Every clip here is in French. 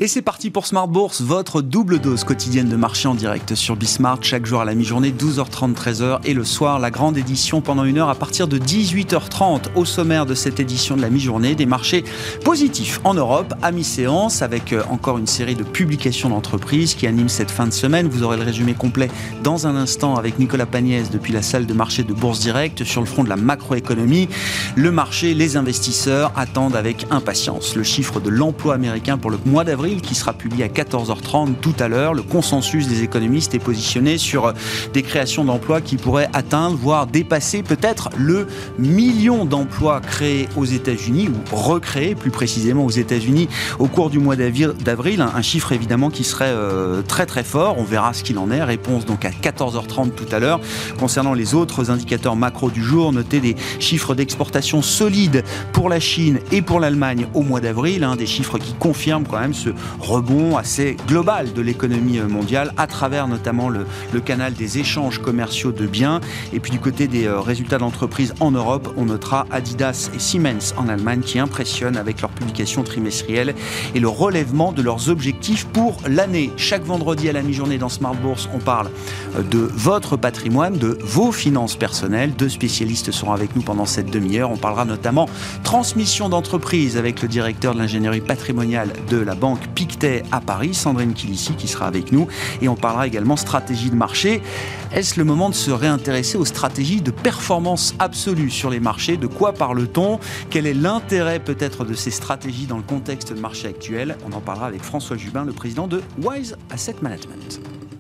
Et c'est parti pour Smart Bourse, votre double dose quotidienne de marché en direct sur Bismart, chaque jour à la mi-journée, 12h30, 13h, et le soir, la grande édition pendant 1 heure à partir de 18h30. Au sommaire de cette édition de la mi-journée, des marchés positifs en Europe, à mi-séance, avec encore une série de publications d'entreprises qui animent cette fin de semaine. Vous aurez le résumé complet dans un instant avec Nicolas Pagnès depuis la salle de marché de Bourse Direct. Sur le front de la macroéconomie, le marché, les investisseurs attendent avec impatience le chiffre de l'emploi américain pour le mois d'avril, qui sera publié à 14h30 tout à l'heure. Le consensus des économistes est positionné sur des créations d'emplois qui pourraient atteindre, voire dépasser peut-être le 1 million d'emplois créés aux États-Unis, ou recréés plus précisément aux États-Unis au cours du mois d'avril. Un chiffre évidemment qui serait très très fort. On verra ce qu'il en est. Réponse donc à 14h30 tout à l'heure. Concernant les autres indicateurs macro du jour, notez des chiffres d'exportation solides pour la Chine et pour l'Allemagne au mois d'avril. Des chiffres qui confirment quand même ce rebond assez global de l'économie mondiale à travers notamment le canal des échanges commerciaux de biens. Et puis du côté des résultats d'entreprises en Europe, on notera Adidas et Siemens en Allemagne qui impressionnent avec leurs publications trimestrielles et le relèvement de leurs objectifs pour l'année. Chaque vendredi à la mi-journée dans Smart Bourse, on parle de votre patrimoine, de vos finances personnelles. 2 spécialistes seront avec nous pendant cette demi-heure. On parlera notamment transmission d'entreprise avec le directeur de l'ingénierie patrimoniale de la banque Pictet à Paris, Sandrine Kilissi, qui sera avec nous. Et on parlera également stratégie de marché. Est-ce le moment de se réintéresser aux stratégies de performance absolue sur les marchés? De quoi parle-t-on? Quel est l'intérêt peut-être de ces stratégies dans le contexte de marché actuel? On en parlera avec François Jubin, le président de Wise Asset Management.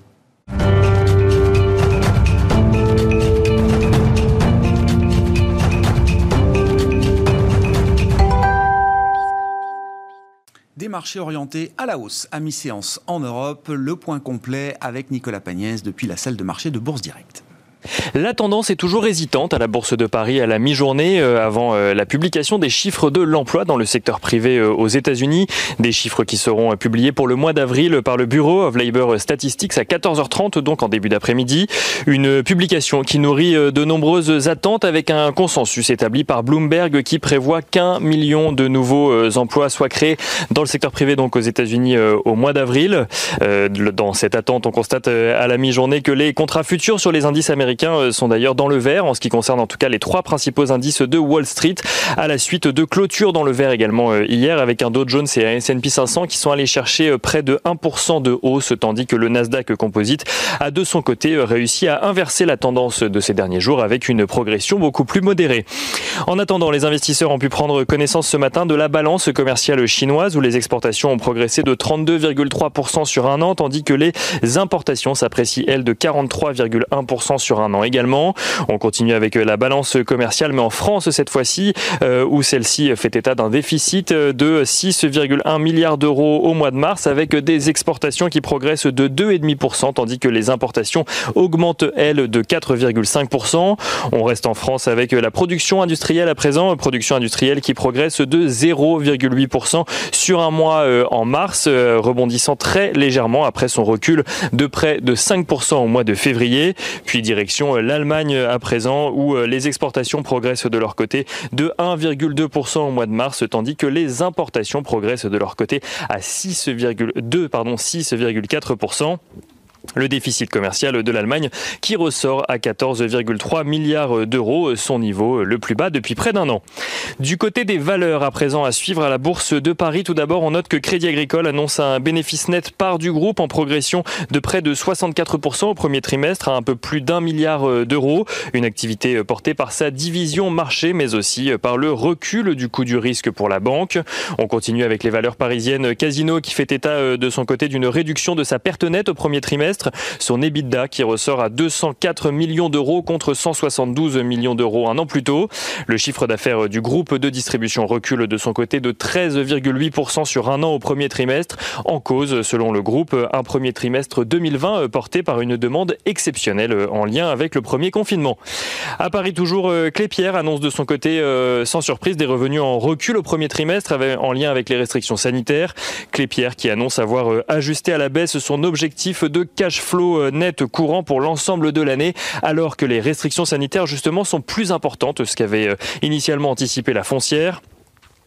Des marchés orientés à la hausse à mi-séance en Europe. Le point complet avec Nicolas Pagnès depuis la salle de marché de Bourse Direct. La tendance est toujours hésitante à la Bourse de Paris à la mi-journée avant la publication des chiffres de l'emploi dans le secteur privé aux États-Unis. Des chiffres qui seront publiés pour le mois d'avril par le Bureau of Labor Statistics à 14h30, donc en début d'après-midi. Une publication qui nourrit de nombreuses attentes avec un consensus établi par Bloomberg qui prévoit qu'1 million de nouveaux emplois soient créés dans le secteur privé donc aux États-Unis au mois d'avril. Dans cette attente, on constate à la mi-journée que les contrats futurs sur les indices américains sont d'ailleurs dans le vert en ce qui concerne en tout cas les 3 principaux indices de Wall Street à la suite de clôtures dans le vert également hier avec un Dow Jones et un S&P 500 qui sont allés chercher près de 1% de hausse tandis que le Nasdaq Composite a de son côté réussi à inverser la tendance de ces derniers jours avec une progression beaucoup plus modérée. En attendant, les investisseurs ont pu prendre connaissance ce matin de la balance commerciale chinoise où les exportations ont progressé de 32,3% sur un an tandis que les importations s'apprécient elles de 43,1% sur un an également. On continue avec la balance commerciale, mais en France cette fois-ci, où celle-ci fait état d'un déficit de 6,1 milliards d'euros au mois de mars, avec des exportations qui progressent de 2,5%, tandis que les importations augmentent, elles, de 4,5%. On reste en France avec la production industrielle à présent, production industrielle qui progresse de 0,8% sur un mois en mars, rebondissant très légèrement après son recul de près de 5% au mois de février. Puis direction l'Allemagne à présent où les exportations progressent de leur côté de 1,2% au mois de mars tandis que les importations progressent de leur côté à 6,4%. Le déficit commercial de l'Allemagne qui ressort à 14,3 milliards d'euros, son niveau le plus bas depuis près d'un an. Du côté des valeurs à présent à suivre à la Bourse de Paris, tout d'abord on note que Crédit Agricole annonce un bénéfice net part du groupe en progression de près de 64% au premier trimestre à un peu plus d'1 milliard d'euros. Une activité portée par sa division marché mais aussi par le recul du coût du risque pour la banque. On continue avec les valeurs parisiennes. Casino qui fait état de son côté d'une réduction de sa perte nette au premier trimestre. Son EBITDA qui ressort à 204 millions d'euros contre 172 millions d'euros un an plus tôt. Le chiffre d'affaires du groupe de distribution recule de son côté de 13,8% sur un an au premier trimestre. En cause, selon le groupe, un premier trimestre 2020 porté par une demande exceptionnelle en lien avec le premier confinement. À Paris toujours, Klépierre annonce de son côté sans surprise des revenus en recul au premier trimestre en lien avec les restrictions sanitaires. Klépierre qui annonce avoir ajusté à la baisse son objectif de cash flow net courant pour l'ensemble de l'année, alors que les restrictions sanitaires justement sont plus importantes, ce qu'avait initialement anticipé la foncière.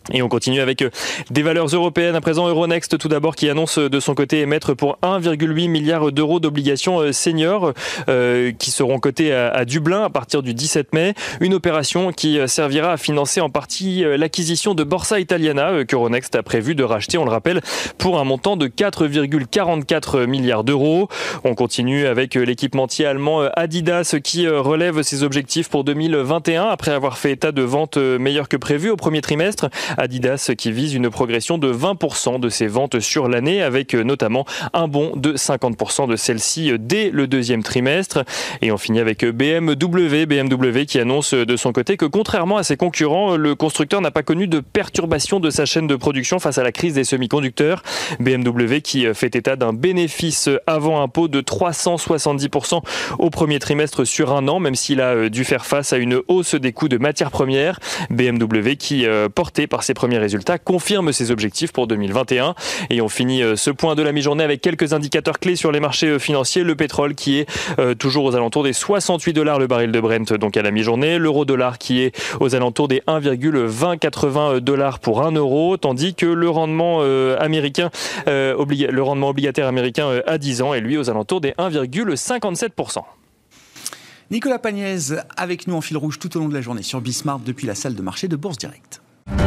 Et on continue avec des valeurs européennes. À présent, Euronext, tout d'abord, qui annonce de son côté émettre pour 1,8 milliard d'euros d'obligations seniors qui seront cotées à Dublin à partir du 17 mai. Une opération qui servira à financer en partie l'acquisition de Borsa Italiana qu'Euronext a prévu de racheter, on le rappelle, pour un montant de 4,44 milliards d'euros. On continue avec l'équipementier allemand Adidas qui relève ses objectifs pour 2021 après avoir fait état de ventes meilleures que prévues au premier trimestre. Adidas qui vise une progression de 20% de ses ventes sur l'année avec notamment un bond de 50% de celle-ci dès le deuxième trimestre. Et on finit avec BMW qui annonce de son côté que contrairement à ses concurrents, le constructeur n'a pas connu de perturbation de sa chaîne de production face à la crise des semi-conducteurs. BMW qui fait état d'un bénéfice avant impôt de 370% au premier trimestre sur un an, même s'il a dû faire face à une hausse des coûts de matières premières. BMW qui, porté par ses premiers résultats, confirme ses objectifs pour 2021. Et on finit ce point de la mi-journée avec quelques indicateurs clés sur les marchés financiers. Le pétrole qui est toujours aux alentours des $68 le baril de Brent, donc à la mi-journée. L'euro-dollar qui est aux alentours des 1,2080 pour 1 euro, tandis que le rendement obligataire américain à 10 ans est lui aux alentours des 1,57%. Nicolas Pagnès avec nous en fil rouge tout au long de la journée sur Bismart depuis la salle de marché de Bourse Direct.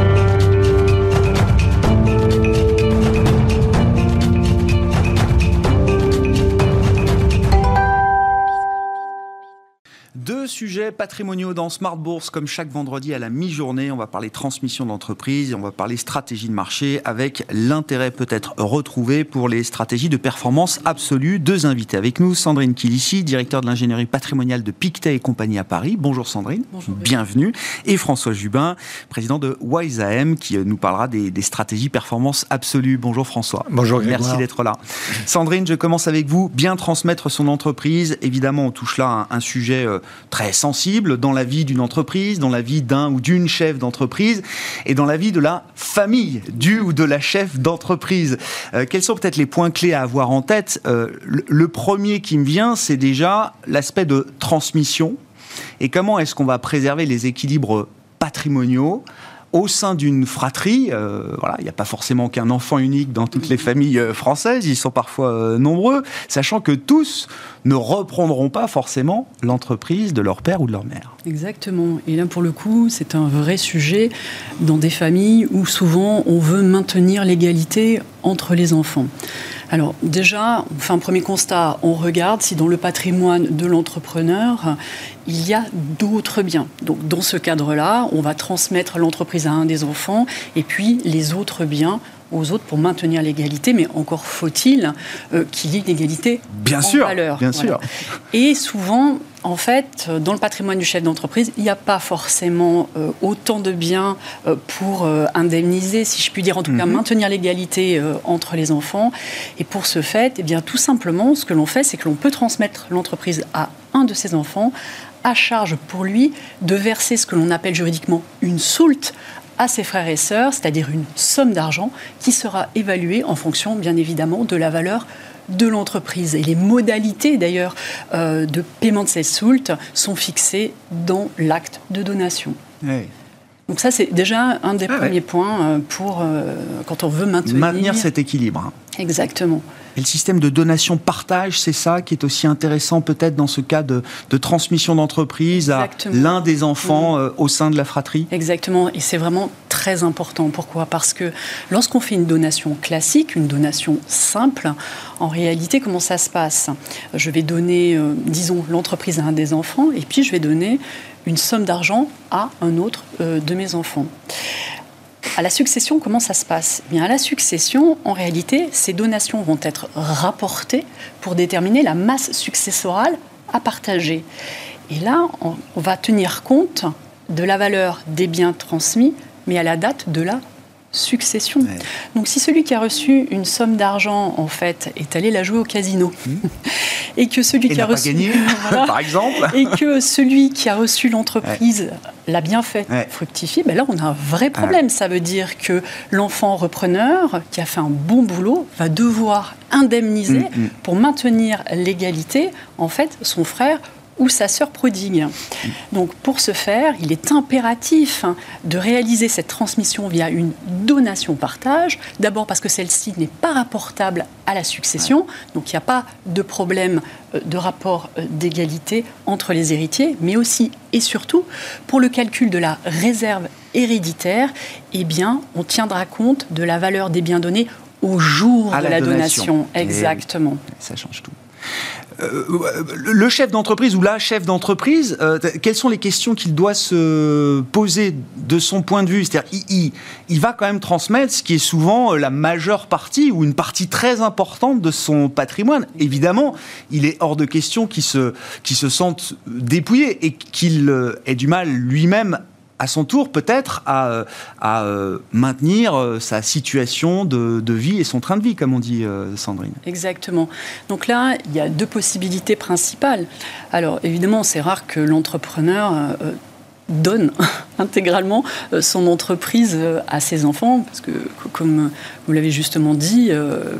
Deux sujets patrimoniaux dans Smart Bourse, comme chaque vendredi à la mi-journée. On va parler transmission d'entreprise et on va parler stratégie de marché avec l'intérêt peut-être retrouvé pour les stratégies de performance absolue. Deux invités avec nous, Sandrine Kilichy, directeur de l'ingénierie patrimoniale de Pictet et compagnie à Paris. Bonjour Sandrine. Bonjour. Bienvenue. Et François Jubin, président de Wise AM, qui nous parlera des stratégies performance absolue. Bonjour François. Bonjour Grégoire. Merci d'être là. Sandrine, je commence avec vous. Bien transmettre son entreprise. Évidemment, on touche là un sujet très sensible dans la vie d'une entreprise, dans la vie d'un ou d'une chef d'entreprise et dans la vie de la famille du ou de la chef d'entreprise. Quels sont peut-être les points clés à avoir en tête ? Le premier qui me vient, c'est déjà l'aspect de transmission. Et comment est-ce qu'on va préserver les équilibres patrimoniaux au sein d'une fratrie? Voilà, il n'y a pas forcément qu'un enfant unique dans toutes les familles françaises, ils sont parfois nombreux, sachant que tous ne reprendront pas forcément l'entreprise de leur père ou de leur mère. Exactement. Et là, pour le coup, c'est un vrai sujet dans des familles où souvent on veut maintenir l'égalité entre les enfants. Alors déjà, on fait un premier constat, on regarde si dans le patrimoine de l'entrepreneur, il y a d'autres biens. Donc dans ce cadre-là, on va transmettre l'entreprise à un des enfants et puis les autres biens aux autres pour maintenir l'égalité, mais encore faut-il qu'il y ait une égalité en valeur. Bien sûr. Et souvent, en fait, dans le patrimoine du chef d'entreprise, il n'y a pas forcément autant de biens pour indemniser, si je puis dire, en tout cas maintenir l'égalité entre les enfants. Et pour ce fait, eh bien, tout simplement, ce que l'on fait, c'est que l'on peut transmettre l'entreprise à un de ses enfants, à charge pour lui de verser ce que l'on appelle juridiquement une soulte à ses frères et sœurs, c'est-à-dire une somme d'argent qui sera évaluée en fonction, bien évidemment, de la valeur de l'entreprise. Et les modalités, d'ailleurs, de paiement de ces soultes sont fixées dans l'acte de donation. Oui. Donc ça, c'est déjà un des premiers points pour quand on veut maintenir cet équilibre. Exactement. Et le système de donation-partage, c'est ça qui est aussi intéressant peut-être dans ce cas de transmission d'entreprise à l'un des enfants au sein de la fratrie. Exactement, et c'est vraiment très important. Pourquoi ? Parce que lorsqu'on fait une donation classique, une donation simple, en réalité, comment ça se passe ? Je vais donner, disons, l'entreprise à un des enfants, et puis je vais donner une somme d'argent à un autre de mes enfants. À la succession, comment ça se passe ? Eh bien, à la succession, en réalité, ces donations vont être rapportées pour déterminer la masse successorale à partager. Et là, on va tenir compte de la valeur des biens transmis, mais à la date de la succession. Ouais. Donc, si celui qui a reçu une somme d'argent, en fait, est allé la jouer au casino, et que celui qui a reçu, gagné, voilà, par exemple, et que celui qui a reçu l'entreprise l'a bien fait, fructifié, ben là, on a un vrai problème. Ça veut dire que l'enfant repreneur qui a fait un bon boulot va devoir indemniser pour maintenir l'égalité, en fait, son frère ou sa sœur prodigue. Donc pour ce faire, il est impératif de réaliser cette transmission via une donation-partage. D'abord parce que celle-ci n'est pas rapportable à la succession, donc il n'y a pas de problème de rapport d'égalité entre les héritiers, mais aussi et surtout pour le calcul de la réserve héréditaire, eh bien, on tiendra compte de la valeur des biens donnés au jour de la donation. Exactement. Ça change tout. Le chef d'entreprise ou la chef d'entreprise, quelles sont les questions qu'il doit se poser de son point de vue ? C'est-à-dire, il va quand même transmettre ce qui est souvent la majeure partie ou une partie très importante de son patrimoine. Évidemment, il est hors de question qu'il se sente dépouillé et qu'il ait du mal lui-même à son tour, peut-être, à maintenir sa situation de vie et son train de vie, comme on dit, Sandrine. Exactement. Donc là, il y a deux possibilités principales. Alors, évidemment, c'est rare que l'entrepreneur donne intégralement son entreprise à ses enfants, parce que, comme vous l'avez justement dit,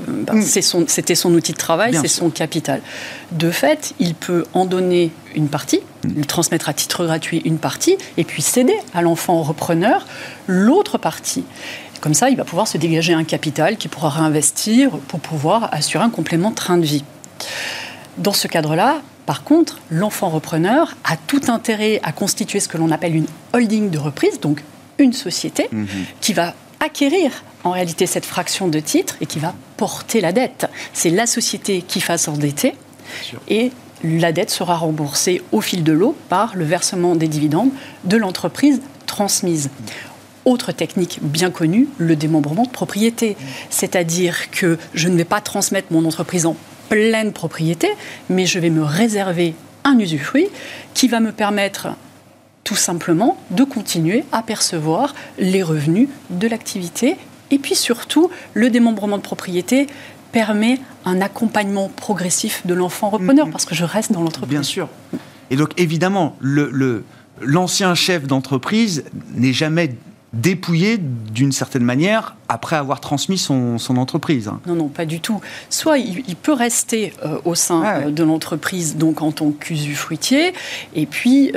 c'était son outil de travail, c'est son capital. De fait, il peut en donner une partie, lui transmettre à titre gratuit une partie, et puis céder à l'enfant repreneur l'autre partie. Comme ça, il va pouvoir se dégager un capital qu'il pourra réinvestir pour pouvoir assurer un complément de train de vie. Dans ce cadre-là, par contre, l'enfant repreneur a tout intérêt à constituer ce que l'on appelle une holding de reprise, donc une société qui va acquérir en réalité cette fraction de titres et qui va porter la dette. C'est la société qui va s'endetter et la dette sera remboursée au fil de l'eau par le versement des dividendes de l'entreprise transmise. Autre technique bien connue, le démembrement de propriété. C'est-à-dire que je ne vais pas transmettre mon entreprise en pleine propriété, mais je vais me réserver un usufruit qui va me permettre tout simplement de continuer à percevoir les revenus de l'activité. Et puis surtout, le démembrement de propriété permet un accompagnement progressif de l'enfant repreneur, parce que je reste dans l'entreprise. Bien sûr. Et donc évidemment, l'ancien chef d'entreprise n'est jamais dépouillé d'une certaine manière après avoir transmis son entreprise. Non, pas du tout. Soit il peut rester au sein de l'entreprise, donc en tant qu'usufruitier, et puis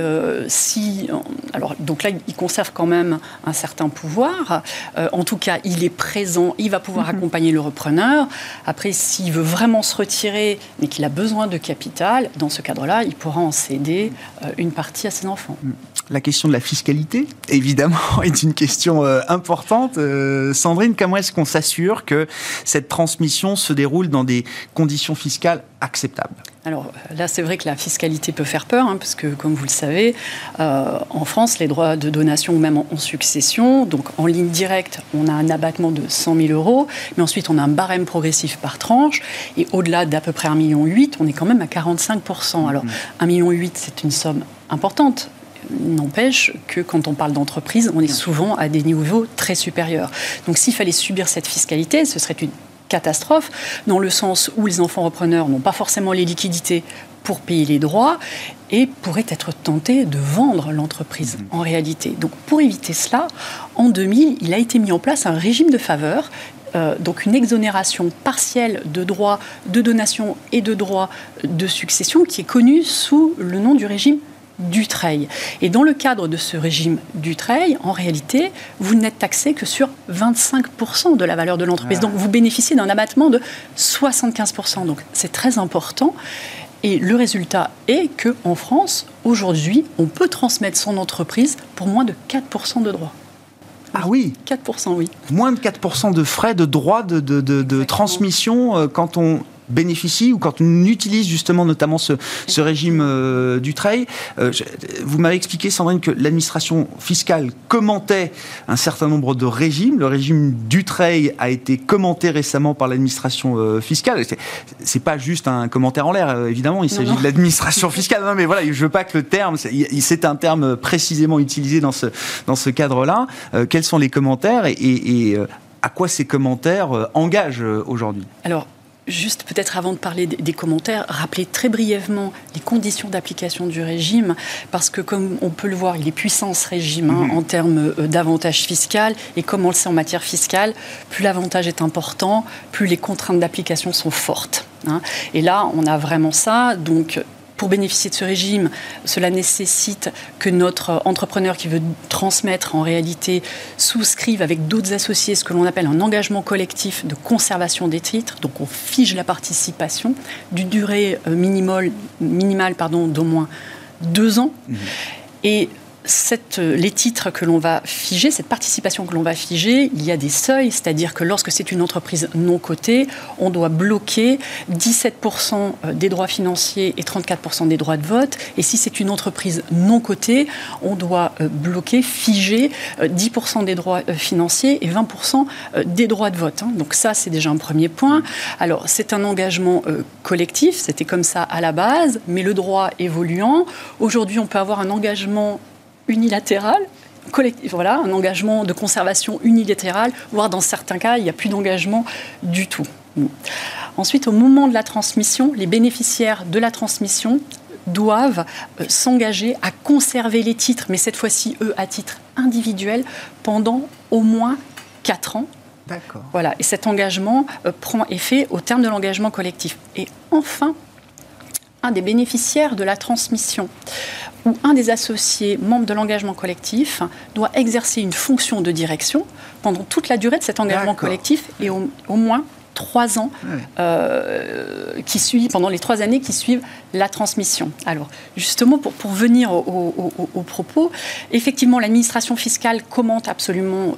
donc là, il conserve quand même un certain pouvoir. En tout cas, il est présent, il va pouvoir accompagner le repreneur. Après, s'il veut vraiment se retirer, mais qu'il a besoin de capital, dans ce cadre-là, il pourra en céder une partie à ses enfants. La question de la fiscalité, évidemment, est une question importante. Sandrine, comment est-ce qu'on s'assure que cette transmission se déroule dans des conditions fiscales acceptables ? Alors là, c'est vrai que la fiscalité peut faire peur, parce que, comme vous le savez, en France, les droits de donation, même en succession, donc en ligne directe, on a un abattement de 100 000 €, mais ensuite on a un barème progressif par tranche, et au-delà d'à peu près 1,8 million, on est quand même à 45%. Alors 1,8 million, c'est une somme importante. N'empêche que quand on parle d'entreprise, on est souvent à des niveaux très supérieurs. Donc s'il fallait subir cette fiscalité, ce serait une catastrophe, dans le sens où les enfants repreneurs n'ont pas forcément les liquidités pour payer les droits et pourraient être tentés de vendre l'entreprise en réalité. Donc pour éviter cela, en 2000, il a été mis en place un régime de faveur, donc une exonération partielle de droits de donation et de droits de succession qui est connue sous le nom du régime Dutreil. Et dans le cadre de ce régime Dutreil, en réalité, vous n'êtes taxé que sur 25% de la valeur de l'entreprise. Donc vous bénéficiez d'un abattement de 75%. Donc c'est très important. Et le résultat est qu'en France, aujourd'hui, on peut transmettre son entreprise pour moins de 4% de droits. Ah oui, 4%, oui. Moins de 4% de frais de droits de transmission quand on bénéficie ou quand on utilise justement notamment ce régime Dutreil. Vous m'avez expliqué, Sandrine, que l'administration fiscale commentait un certain nombre de régimes. Le régime Dutreil a été commenté récemment par l'administration fiscale. C'est pas juste un commentaire en l'air, évidemment, il s'agit de l'administration fiscale. Non, mais voilà, je veux pas que le terme, c'est un terme précisément utilisé dans ce cadre-là. Quels sont les commentaires et à quoi ces commentaires engagent aujourd'hui ? Alors, juste peut-être avant de parler des commentaires, rappeler très brièvement les conditions d'application du régime, parce que comme on peut le voir, il est puissant ce régime en termes d'avantage fiscal, et comme on le sait en matière fiscale, plus l'avantage est important, plus les contraintes d'application sont fortes. Et là, on a vraiment ça, donc pour bénéficier de ce régime, cela nécessite que notre entrepreneur qui veut transmettre en réalité souscrive avec d'autres associés ce que l'on appelle un engagement collectif de conservation des titres. Donc on fige la participation d'une durée minimale d'au moins 2 ans. Et les titres que l'on va figer, cette participation que l'on va figer, il y a des seuils, c'est-à-dire que lorsque c'est une entreprise non cotée, on doit bloquer 17% des droits financiers et 34% des droits de vote. Et si c'est une entreprise non cotée, on doit figer 10% des droits financiers et 20% des droits de vote. Donc ça, c'est déjà un premier point. Alors, c'est un engagement collectif, c'était comme ça à la base, mais le droit évoluant, aujourd'hui, on peut avoir un engagement unilatéral, collectif, voilà, un engagement de conservation unilatéral, voire dans certains cas, il n'y a plus d'engagement du tout. Ensuite, au moment de la transmission, les bénéficiaires de la transmission doivent s'engager à conserver les titres, mais cette fois-ci, eux, à titre individuel, pendant au moins 4 ans. D'accord. Voilà, et cet engagement prend effet au terme de l'engagement collectif. Et enfin, un des bénéficiaires de la transmission ou un des associés membres de l'engagement collectif doit exercer une fonction de direction pendant toute la durée de cet engagement collectif et au moins 3 ans pendant les 3 années qui suivent la transmission. Alors, justement, pour venir au propos, effectivement, l'administration fiscale commente absolument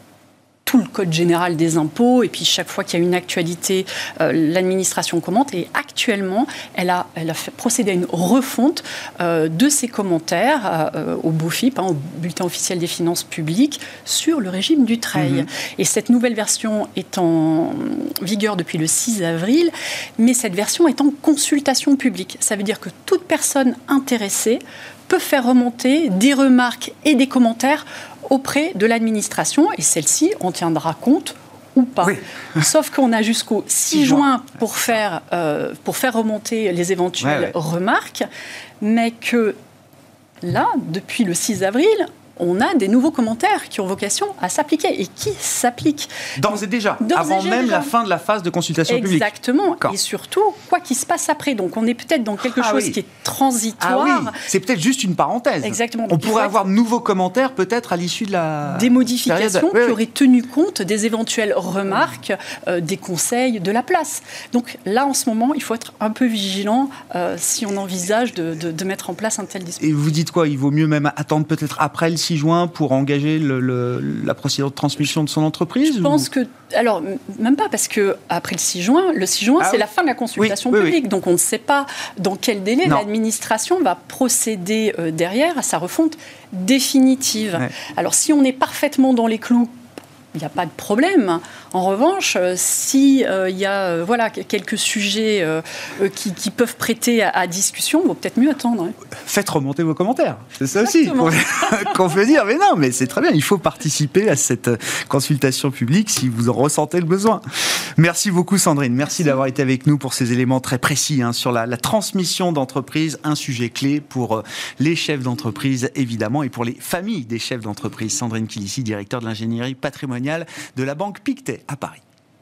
tout le code général des impôts, et puis chaque fois qu'il y a une actualité, l'administration commente, et actuellement, elle a procédé à une refonte de ses commentaires au BOFIP, au Bulletin officiel des finances publiques, sur le régime du Treuil. Et cette nouvelle version est en vigueur depuis le 6 avril, mais cette version est en consultation publique. Ça veut dire que toute personne intéressée peut faire remonter des remarques et des commentaires auprès de l'administration, et celle-ci en tiendra compte ou pas. Oui. Sauf qu'on a jusqu'au 6 juin pour faire remonter les éventuelles remarques, mais que là, depuis le 6 avril, on a des nouveaux commentaires qui ont vocation à s'appliquer et qui s'appliquent. D'ores et déjà, avant même la fin de la phase de consultation publique. Exactement. Et surtout, quoi qu'il se passe après. Donc, on est peut-être dans quelque chose qui est transitoire. Ah oui, c'est peut-être juste une parenthèse. Exactement. Donc, on pourrait avoir de nouveaux commentaires peut-être à l'issue de la des modifications qui auraient tenu compte des éventuelles remarques des conseils de la place. Donc là, en ce moment, il faut être un peu vigilant si on envisage de mettre en place un tel dispositif. Et vous dites quoi ? Il vaut mieux même attendre peut-être après le 6 juin pour engager la procédure de transmission de son entreprise ? Je pense que... Alors, même pas, parce qu'après le 6 juin, c'est la fin de la consultation publique. Oui. Donc, on ne sait pas dans quel délai l'administration va procéder derrière à sa refonte définitive. Ouais. Alors, si on est parfaitement dans les clous, il n'y a pas de problème. En revanche, s'il y a quelques sujets qui peuvent prêter à discussion, il vaut peut-être mieux attendre. Hein. Faites remonter vos commentaires. C'est ça aussi qu'on peut dire. Mais non, mais c'est très bien. Il faut participer à cette consultation publique si vous en ressentez le besoin. Merci beaucoup, Sandrine. Merci d'avoir été avec nous pour ces éléments très précis sur la transmission d'entreprise. Un sujet clé pour les chefs d'entreprise, évidemment, et pour les familles des chefs d'entreprise. Sandrine Quilissi, directeur de l'ingénierie patrimoniale de la Banque Pictet à Paris.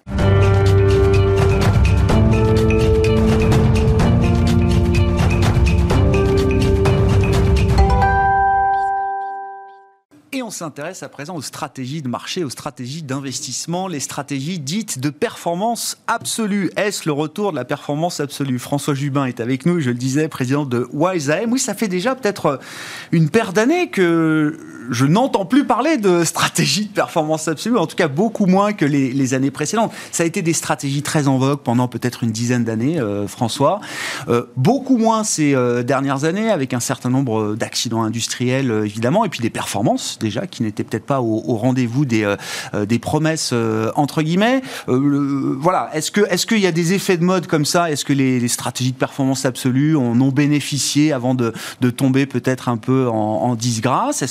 Et on s'intéresse à présent aux stratégies de marché, aux stratégies d'investissement, les stratégies dites de performance absolue. Est-ce le retour de la performance absolue ? François Jubin est avec nous, je le disais, président de Wise AM. Oui, ça fait déjà peut-être une paire d'années que je n'entends plus parler de stratégie de performance absolue, en tout cas beaucoup moins que les années précédentes. Ça a été des stratégies très en vogue pendant peut-être une dizaine d'années, François. Beaucoup moins ces dernières années, avec un certain nombre d'accidents industriels, évidemment, et puis des performances déjà, qui n'étaient peut-être pas au rendez-vous des promesses, entre guillemets. Voilà. Est-ce qu'il y a des effets de mode comme ça ? Est-ce que les stratégies de performance absolue en ont bénéficié avant de tomber peut-être un peu en disgrâce ? Est-ce que c'est le moment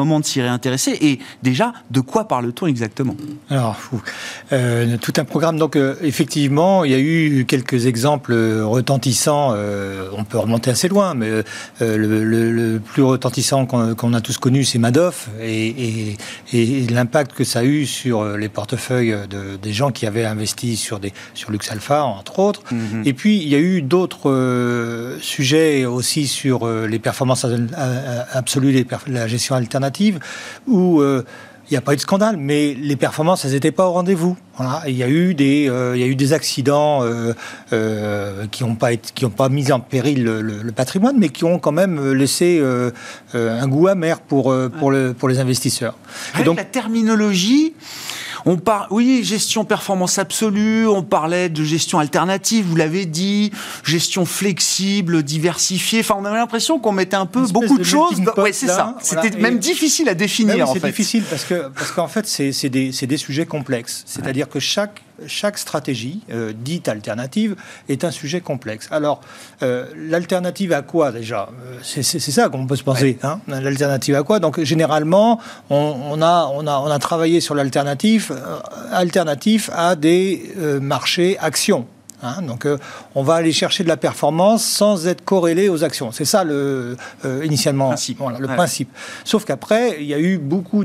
moment de s'y réintéresser. Et déjà, de quoi parle-t-on exactement ? Alors, tout un programme. Donc, effectivement, il y a eu quelques exemples retentissants. On peut remonter assez loin, mais le plus retentissant qu'on a tous connu, c'est Madoff, et l'impact que ça a eu sur les portefeuilles des gens qui avaient investi sur LuxAlpha, entre autres. Mm-hmm. Et puis, il y a eu d'autres sujets aussi sur les performances absolues, la gestion alternative, où il n'y a pas eu de scandale, mais les performances, elles n'étaient pas au rendez-vous. Voilà. Il y a eu des accidents qui n'ont pas mis en péril le patrimoine, mais qui ont quand même laissé un goût amer pour les investisseurs. Et donc, la terminologie... Oui, gestion performance absolue, on parlait de gestion alternative, vous l'avez dit, gestion flexible, diversifiée. Enfin, on avait l'impression qu'on mettait un peu beaucoup de choses. Ouais, c'est ça. C'était même difficile à définir, en fait. C'est difficile parce qu'en fait, c'est des sujets complexes. C'est-à-dire que chaque stratégie dite alternative est un sujet complexe. Alors, l'alternative à quoi déjà ? C'est ça qu'on peut se penser. Ouais. Hein, l'alternative à quoi ? Donc, généralement, on a travaillé sur l'alternative à des marchés actions. Hein, donc, on va aller chercher de la performance sans être corrélé aux actions. C'est ça initialement le principe. Sauf qu'après, il y a eu beaucoup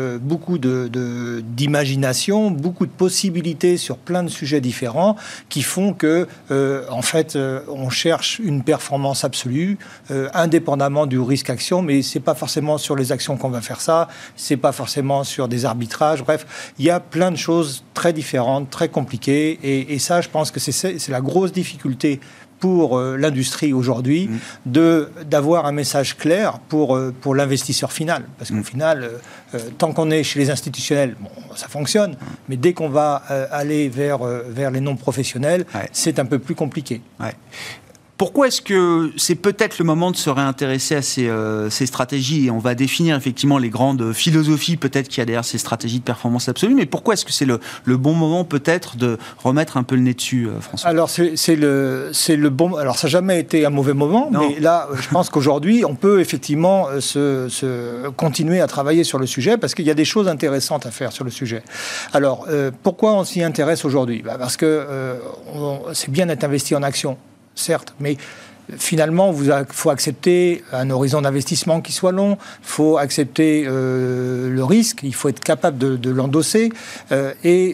d'imagination, beaucoup de possibilités sur plein de sujets différents qui font que, en fait, on cherche une performance absolue, indépendamment du risque action, mais c'est pas forcément sur les actions qu'on va faire ça, c'est pas forcément sur des arbitrages. Bref, il y a plein de choses très différentes, très compliquées, et ça, je pense que c'est la grosse difficulté pour l'industrie aujourd'hui d'avoir un message clair pour l'investisseur final. Parce qu'au final, tant qu'on est chez les institutionnels, ça fonctionne, mais dès qu'on va aller vers les non-professionnels, c'est un peu plus compliqué. Ouais. Pourquoi est-ce que c'est peut-être le moment de se réintéresser à ces stratégies ? Et on va définir effectivement les grandes philosophies peut-être qu'il y a derrière ces stratégies de performance absolue, mais pourquoi est-ce que c'est le bon moment peut-être de remettre un peu le nez dessus, François ? Alors c'est le bon. Alors ça n'a jamais été un mauvais moment, non. Mais là je pense qu'aujourd'hui on peut effectivement continuer à travailler sur le sujet parce qu'il y a des choses intéressantes à faire sur le sujet. Alors pourquoi on s'y intéresse aujourd'hui ? Parce que c'est bien d'être investi en action. Certes, mais finalement, il faut accepter un horizon d'investissement qui soit long, il faut accepter le risque, il faut être capable de l'endosser, et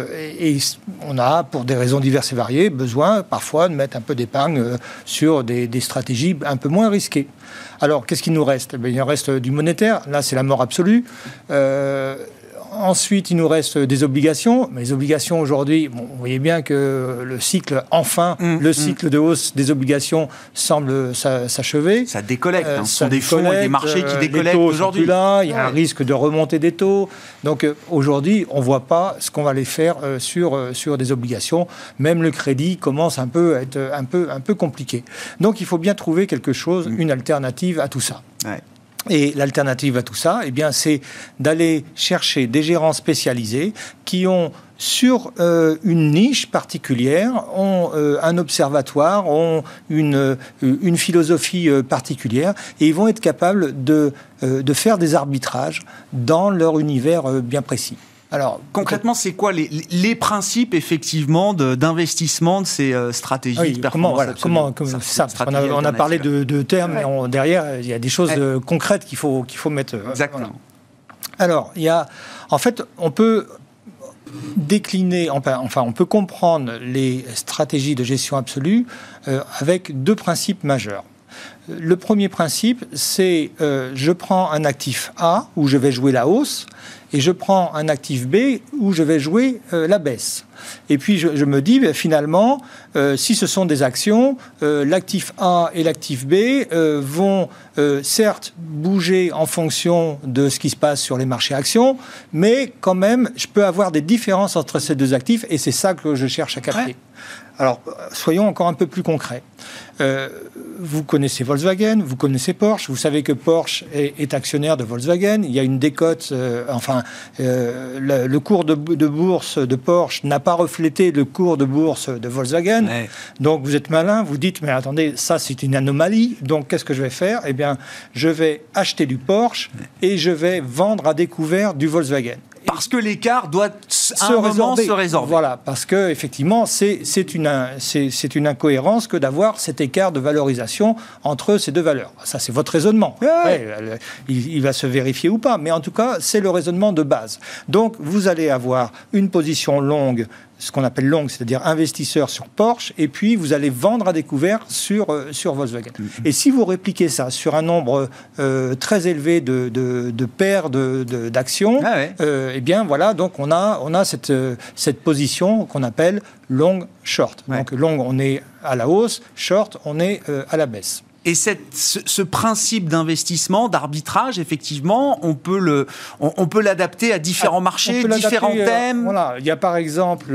on a, pour des raisons diverses et variées, besoin parfois de mettre un peu d'épargne sur des stratégies un peu moins risquées. Alors, qu'est-ce qu'il nous reste ? Il nous reste du monétaire, là c'est la mort absolue. Ensuite, il nous reste des obligations. Mais les obligations, aujourd'hui, vous voyez bien que le cycle de hausse des obligations semble s'achever. Ça décollecte. Ce sont des fonds et des marchés qui décollectent aujourd'hui. Là, il y a un risque de remontée des taux. Donc, aujourd'hui, on ne voit pas ce qu'on va aller faire sur des obligations. Même le crédit commence à être un peu compliqué. Donc, il faut bien trouver quelque chose, une alternative à tout ça. Ouais. Et l'alternative à tout ça, c'est d'aller chercher des gérants spécialisés qui ont, sur une niche particulière, ont un observatoire, ont une philosophie particulière, et ils vont être capables de faire des arbitrages dans leur univers bien précis. Alors, concrètement, c'est quoi les principes, effectivement, d'investissement de ces stratégies de performance absolue ? On a parlé de termes, mais derrière, il y a des choses concrètes qu'il faut mettre. Exactement. Voilà. Alors, on peut décliner, on peut comprendre les stratégies de gestion absolue avec deux principes majeurs. Le premier principe, c'est je prends un actif A où je vais jouer la hausse et je prends un actif B où je vais jouer la baisse. Et puis je me dis, finalement, si ce sont des actions, l'actif A et l'actif B vont certes bouger en fonction de ce qui se passe sur les marchés actions, mais quand même, je peux avoir des différences entre ces deux actifs et c'est ça que je cherche à capter. Ouais. Alors, soyons encore un peu plus concrets. Vous connaissez Volkswagen, vous connaissez Porsche, vous savez que Porsche est actionnaire de Volkswagen, il y a une décote, le cours de bourse de Porsche n'a pas reflété le cours de bourse de Volkswagen, donc vous êtes malin, vous dites, mais attendez, ça c'est une anomalie, donc qu'est-ce que je vais faire ? Eh bien, je vais acheter du Porsche et je vais vendre à découvert du Volkswagen. Parce que l'écart doit se résorber. Voilà, parce que effectivement, c'est une incohérence que d'avoir cet écart de valorisation entre ces deux valeurs. Ça, c'est votre raisonnement. Après, il va se vérifier ou pas, mais en tout cas, c'est le raisonnement de base. Donc, vous allez avoir une position longue, ce qu'on appelle longue, c'est-à-dire investisseur sur Porsche, et puis vous allez vendre à découvert sur Volkswagen. Et si vous répliquez ça sur un nombre très élevé de paires d'actions, eh bien voilà, donc on a cette position qu'on appelle long short. Donc long, on est à la hausse, short, on est à la baisse. Et ce principe d'investissement, d'arbitrage, effectivement, on peut l'adapter à différents marchés, différents thèmes. Voilà, il y a par exemple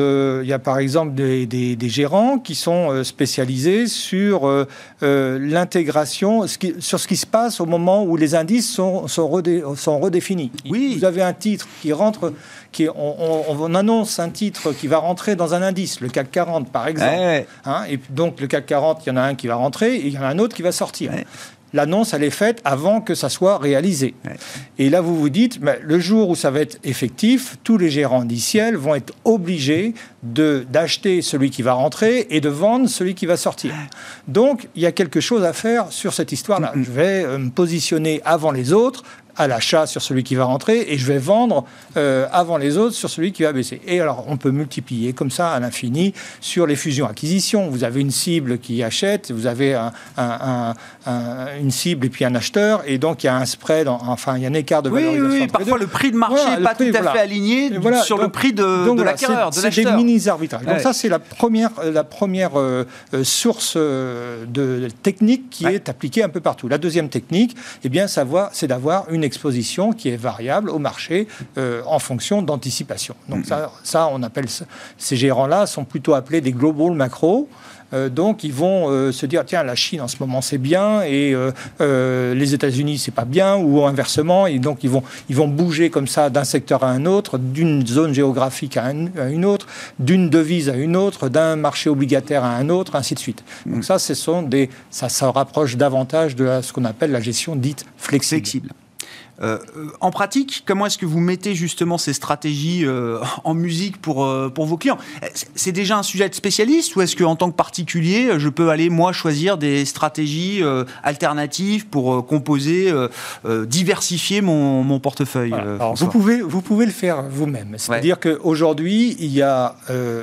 des gérants qui sont spécialisés sur l'intégration, sur ce qui se passe au moment où les indices sont redéfinis. Oui. Vous avez un titre qui rentre. On annonce un titre qui va rentrer dans un indice, le CAC 40 par exemple. Et donc le CAC 40, il y en a un qui va rentrer et il y en a un autre qui va sortir. L'annonce, elle est faite avant que ça soit réalisé. Et là, vous vous dites, le jour où ça va être effectif, tous les gérants indiciels vont être obligés d'acheter celui qui va rentrer et de vendre celui qui va sortir. Donc, il y a quelque chose à faire sur cette histoire-là. Je vais me positionner avant les autres, à l'achat sur celui qui va rentrer, et je vais vendre avant les autres sur celui qui va baisser. Et alors, on peut multiplier comme ça à l'infini sur les fusions-acquisitions. Vous avez une cible qui achète, vous avez une cible et puis un acheteur, et donc il y a un spread, il y a un écard de valorisation. Oui, parfois le prix de marché n'est pas tout à fait aligné sur le prix de l'acquéreur, de l'acheteur. C'est des mini-arbitrages. Donc ça, c'est la première source de technique qui est appliquée un peu partout. La deuxième technique, eh bien, c'est d'avoir une exposition qui est variable au marché en fonction d'anticipation. Donc ça, on appelle ces gérants-là sont plutôt appelés des global macro. Donc ils vont se dire, tiens, la Chine en ce moment c'est bien et les États-Unis c'est pas bien, ou inversement, et donc ils vont bouger comme ça d'un secteur à un autre, d'une zone géographique à une autre, d'une devise à une autre, d'un marché obligataire à un autre, ainsi de suite. Donc ça se rapproche davantage de ce qu'on appelle la gestion dite flexible. En pratique, comment est-ce que vous mettez justement ces stratégies en musique pour vos clients ? C'est déjà un sujet de spécialiste, ou est-ce qu'en tant que particulier, je peux aller, moi, choisir des stratégies alternatives pour composer, diversifier mon portefeuille ? Alors, vous pouvez le faire vous-même. C'est-à-dire qu'aujourd'hui, il y a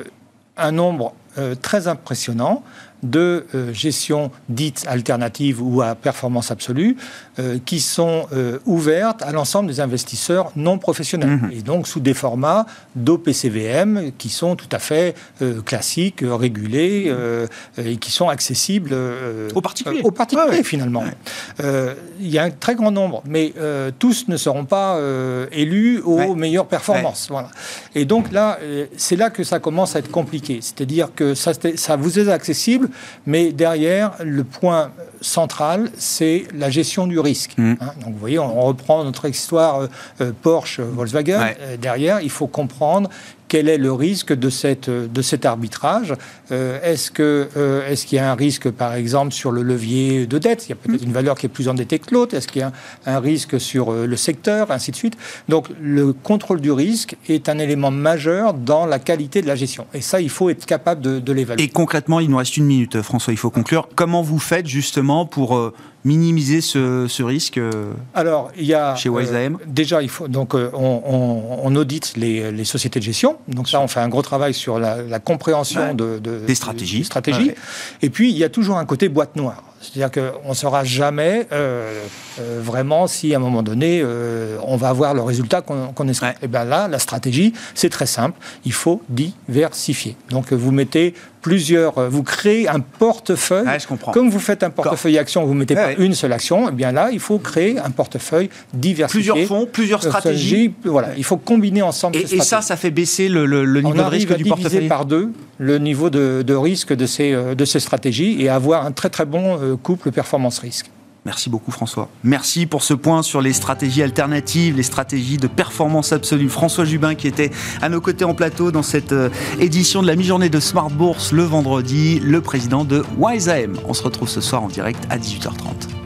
un nombre très impressionnant de gestion dite alternative ou à performance absolue qui sont ouvertes à l'ensemble des investisseurs non professionnels et donc sous des formats d'OPCVM qui sont tout à fait classiques, régulés et qui sont accessibles aux particuliers finalement. Il y a un très grand nombre, mais tous ne seront pas élus aux meilleures performances. Voilà. Et donc là, c'est là que ça commence à être compliqué. C'est-à-dire que ça vous est accessible, mais derrière, le point central, c'est la gestion du risque. Donc vous voyez, on reprend notre histoire Porsche-Volkswagen. Derrière, il faut comprendre quel est le risque de cet arbitrage. Est-ce qu'il y a un risque, par exemple, sur le levier de dette ? Il y a peut-être une valeur qui est plus endettée que l'autre. Est-ce qu'il y a un risque sur le secteur, ainsi de suite ? Donc, le contrôle du risque est un élément majeur dans la qualité de la gestion. Et ça, il faut être capable de l'évaluer. Et concrètement, il nous reste 1 minute, François, il faut conclure. Comment vous faites, justement, pour minimiser ce risque chez Wise AM ? Déjà, il faut, donc, on audite les sociétés de gestion. Donc ça, on fait un gros travail sur la compréhension des stratégies. Et puis, il y a toujours un côté boîte noire. C'est-à-dire qu'on ne saura jamais vraiment si, à un moment donné, on va avoir le résultat qu'on espère. Et bien là, la stratégie, c'est très simple. Il faut diversifier. Donc, vous créez un portefeuille. Je comprends. Comme vous faites un portefeuille action, vous ne mettez pas une seule action. Et bien là, il faut créer un portefeuille diversifié. Plusieurs fonds, plusieurs stratégies. Voilà, il faut combiner ensemble ces stratégies. Et ça fait baisser le niveau de risque du portefeuille. On arrive à diviser par 2 le niveau de risque de ces stratégies et avoir un très très bon couple performance-risque. Merci beaucoup François. Merci pour ce point sur les stratégies alternatives, les stratégies de performance absolue. François Jubin qui était à nos côtés en plateau dans cette édition de la mi-journée de Smart Bourse le vendredi, le président de Wise AM. On se retrouve ce soir en direct à 18h30.